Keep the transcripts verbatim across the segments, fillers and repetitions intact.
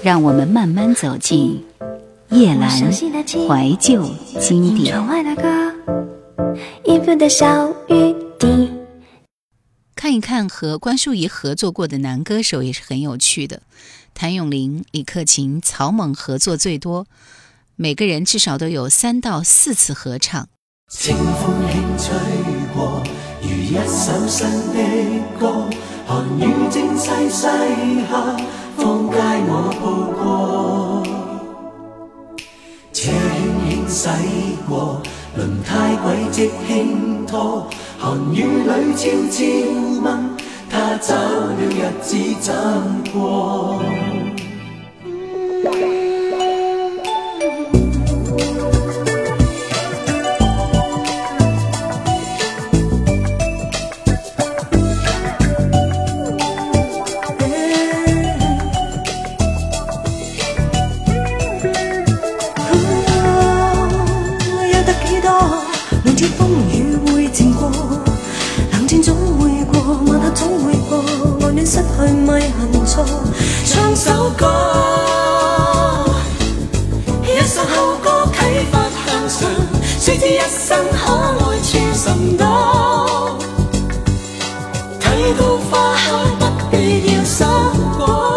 让我们慢慢走进夜阑怀旧经典。看一看和关淑怡合作过的男歌手也是很有趣的，谭咏麟、李克勤、草蜢合作最多，每个人至少都有三到四次合唱。 清風輕吹過，如一首新的歌，寒雨正細細下，放街我步過，車輕輕駛過，輪胎軌跡輕拖，寒雨裏悄悄問他走了日子怎過。 失去咪恨錯，唱首歌，一首好歌啟發向上，誰知一生可愛處甚多，睇到花開不必要收過。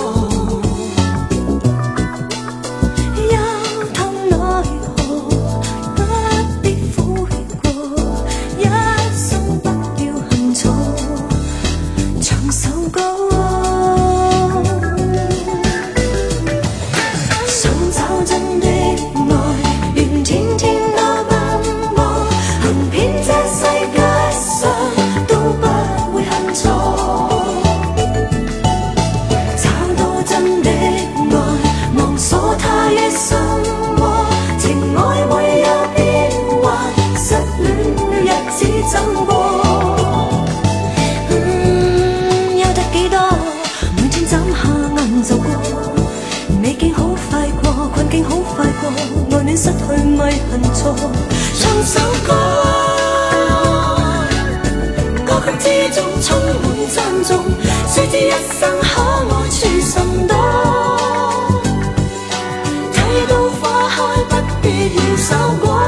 失去咪恨錯，唱首歌，歌曲之中充滿讚頌，誰知一生可愛處甚多，睇到花開不必要收過。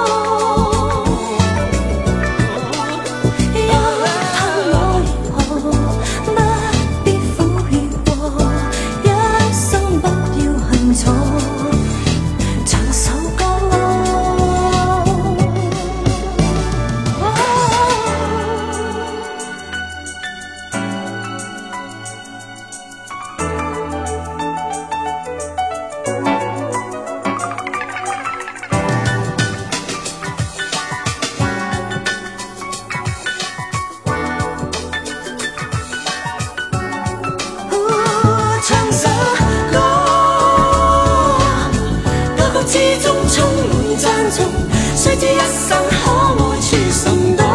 誰知一生可愛處甚多，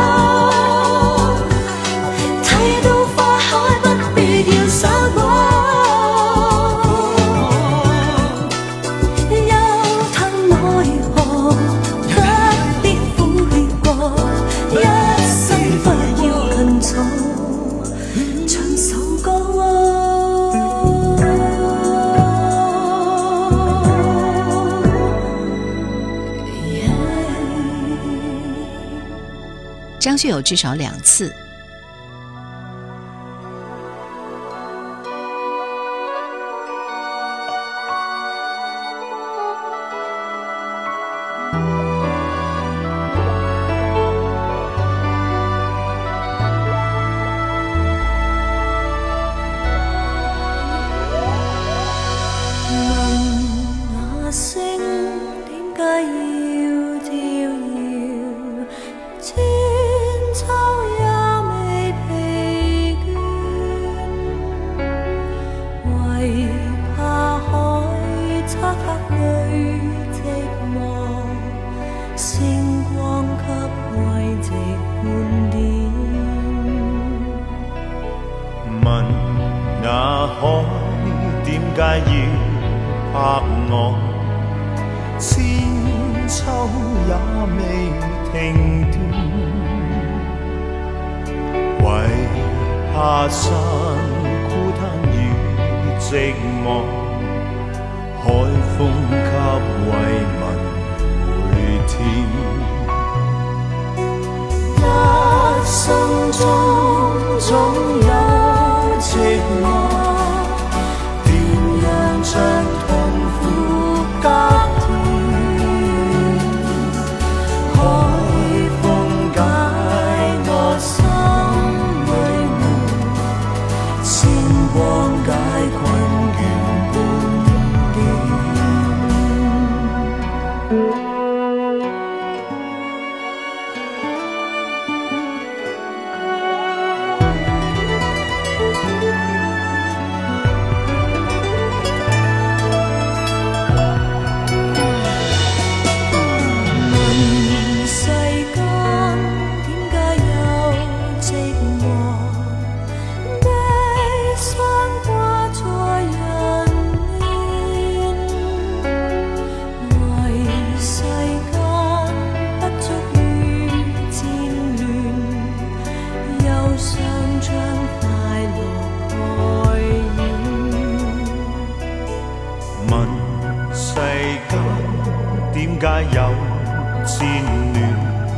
睇到花開不必要灑過，憂嘆奈何不必悔過，一生不要近坐，唱首歌。 张学友至少两次。 解要拍我，千秋也未停斷，為怕山孤單與寂寞， 海風給慰問每天。 一生中總有寂寞，點樣將痛苦隔斷？海風解我心裏悶，星光解困倦半點。 點解有戰亂？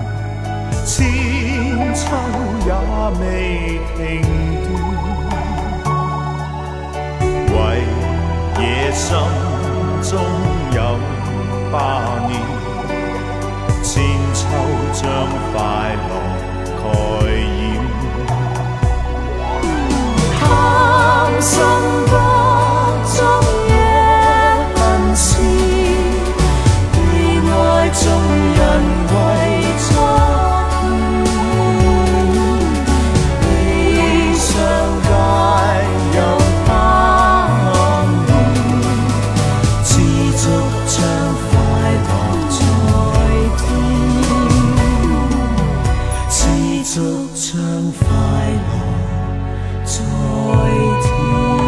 千秋也未停斷，為野心中有霸念，千秋將快樂蓋掩。 貪心國中野恨事，眾人為作怨，悲傷界有他暗戀，知足將快樂在天，知足將快樂在天。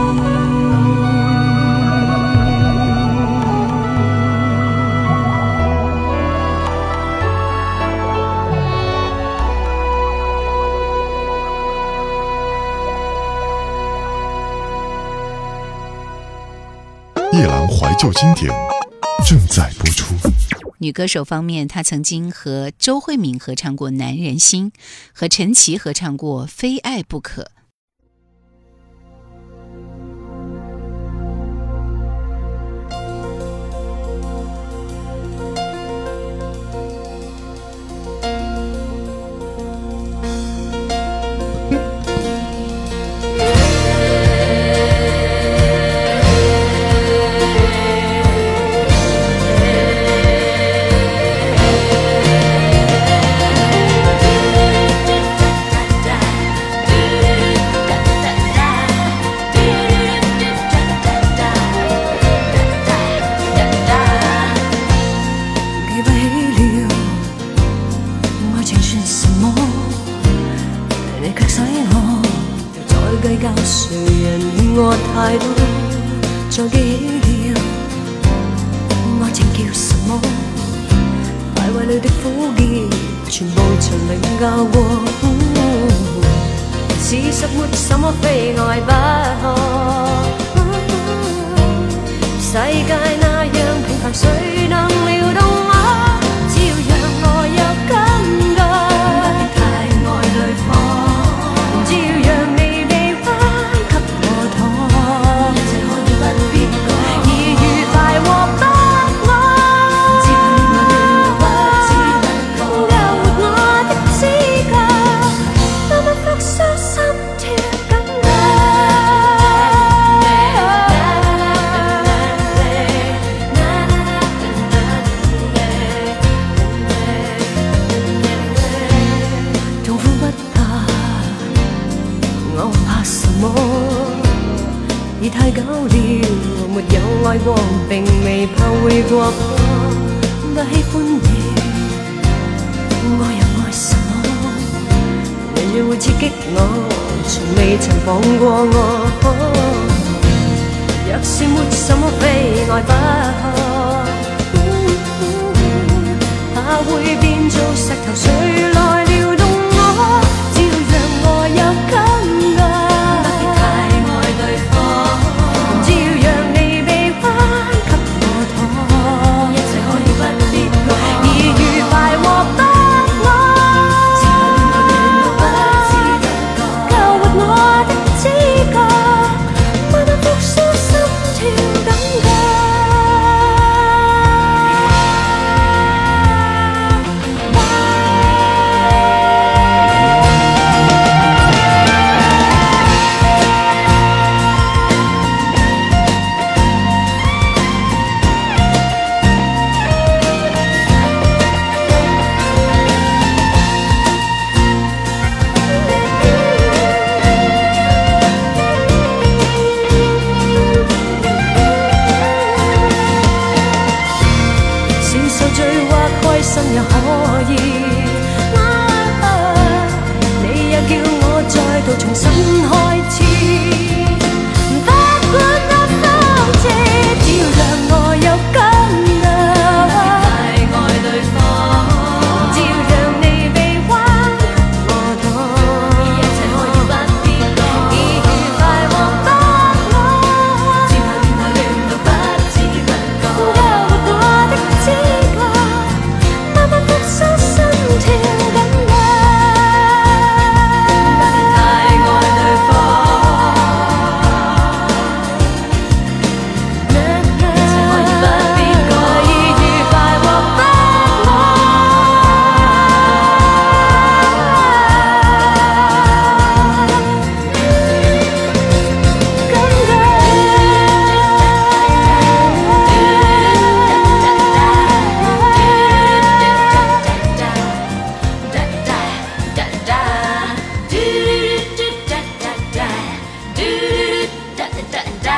夜郎怀旧经典正在播出。 女歌手方面，她曾经和周慧敏合唱过《男人心》，和陈琦合唱过《非爱不可》。 太多再記起了愛情叫什麼，快慰裏的苦澀全部曾領教過，事實沒什麼非愛不可，世界那樣平凡誰能撩動我，只要讓我有感覺，不必太愛對方，只要讓你太久了，沒有愛過，並未怕會過火。不喜歡你，我又愛什麼？人若會刺激我，從未曾放過我。若是沒什麼非愛不可，怕會變做石頭，誰來撩動我？只要讓我有感覺。不必太愛對方，只要讓你臂彎給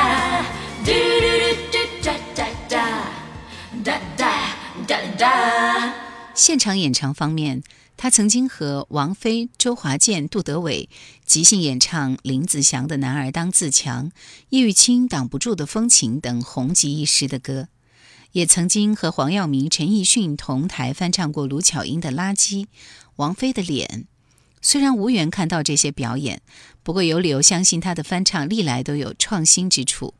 da do do do da da da da da da da。 现场演唱方面，他曾经和王菲、周华健、杜德伟即兴演唱林子祥的《男儿当自强》、叶玉卿《挡不住的风情》等红极一时的歌，也曾经和黄耀明、陈奕迅同台翻唱过卢巧音的《垃圾》、王菲的《脸》。虽然无缘看到这些表演，不过有理由相信他的翻唱历来都有创新之处。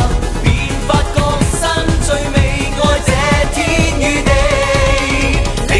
你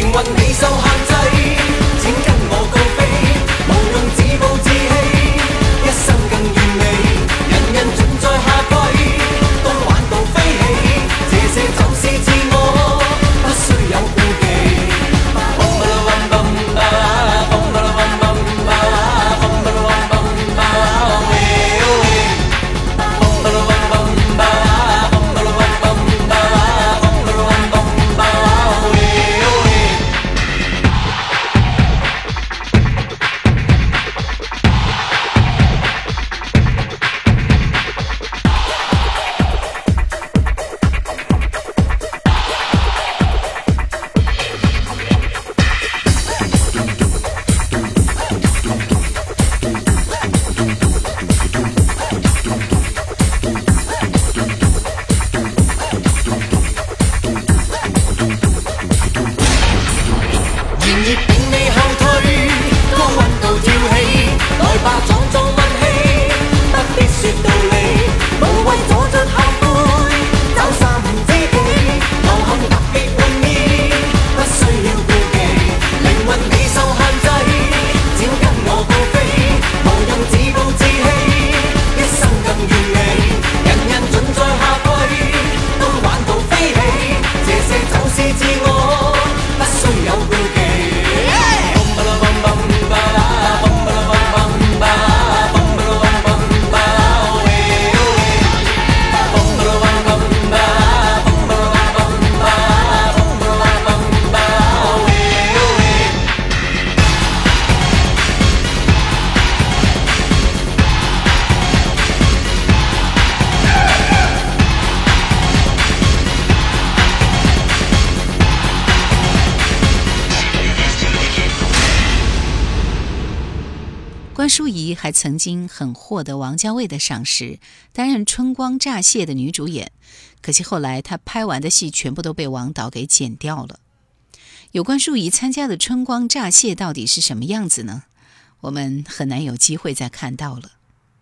关淑怡还曾经很获得王家卫的赏识，担任《春光乍泄》的女主演，可惜后来她拍完的戏全部都被王导给剪掉了。有关淑怡参加的《春光乍泄》到底是什么样子呢？我们很难有机会再看到了。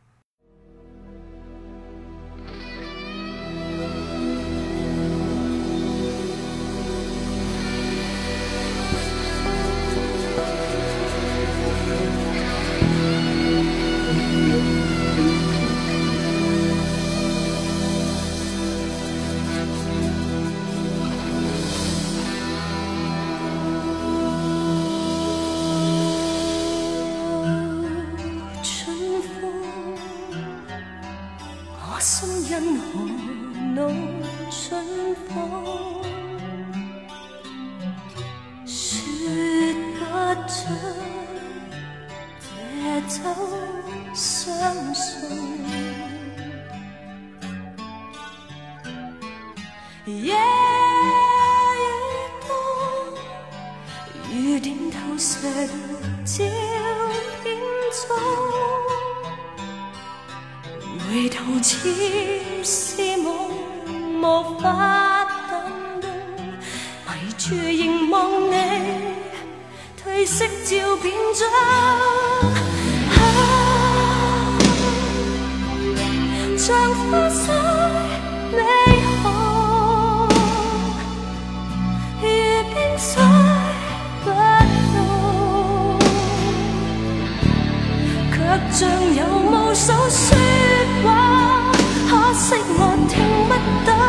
夜越多，雨點透射到照片中，回頭似是夢，無法彈動，迷住凝望你褪色照片中。像花水美好，如冰水不動，卻像有無數說話，可惜我聽不到。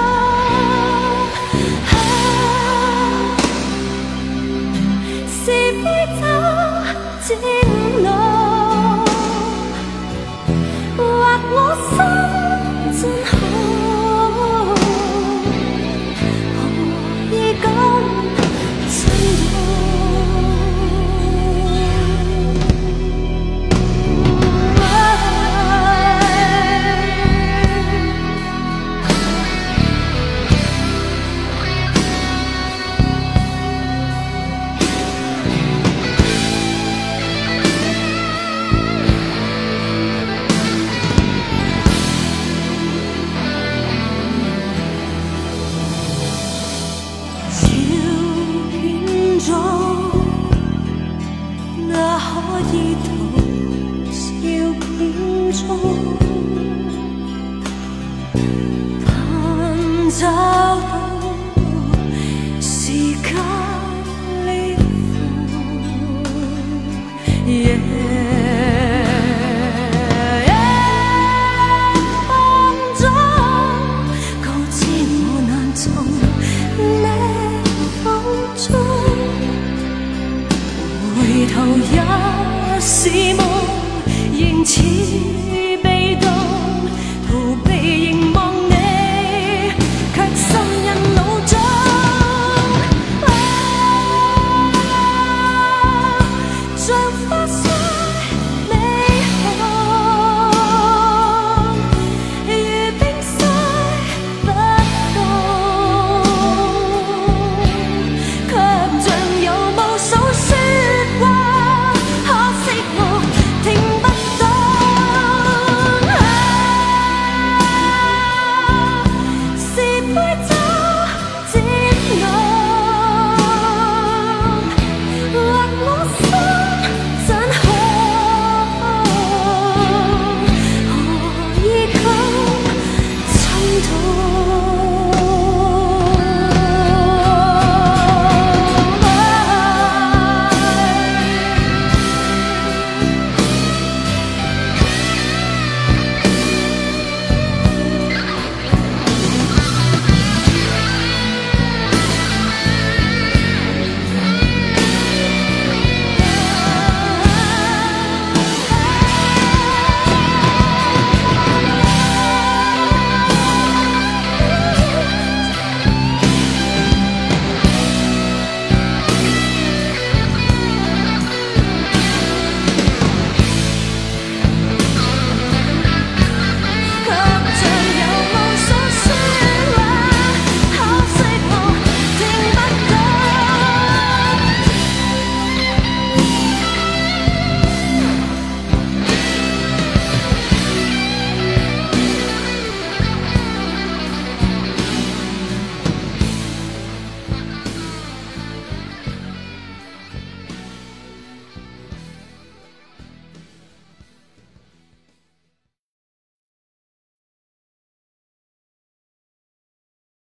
啊，是杯酒漸濃，或我心真好，可以咁震找到時間裂縫，夜當中告知我難從你風中回頭也是夢。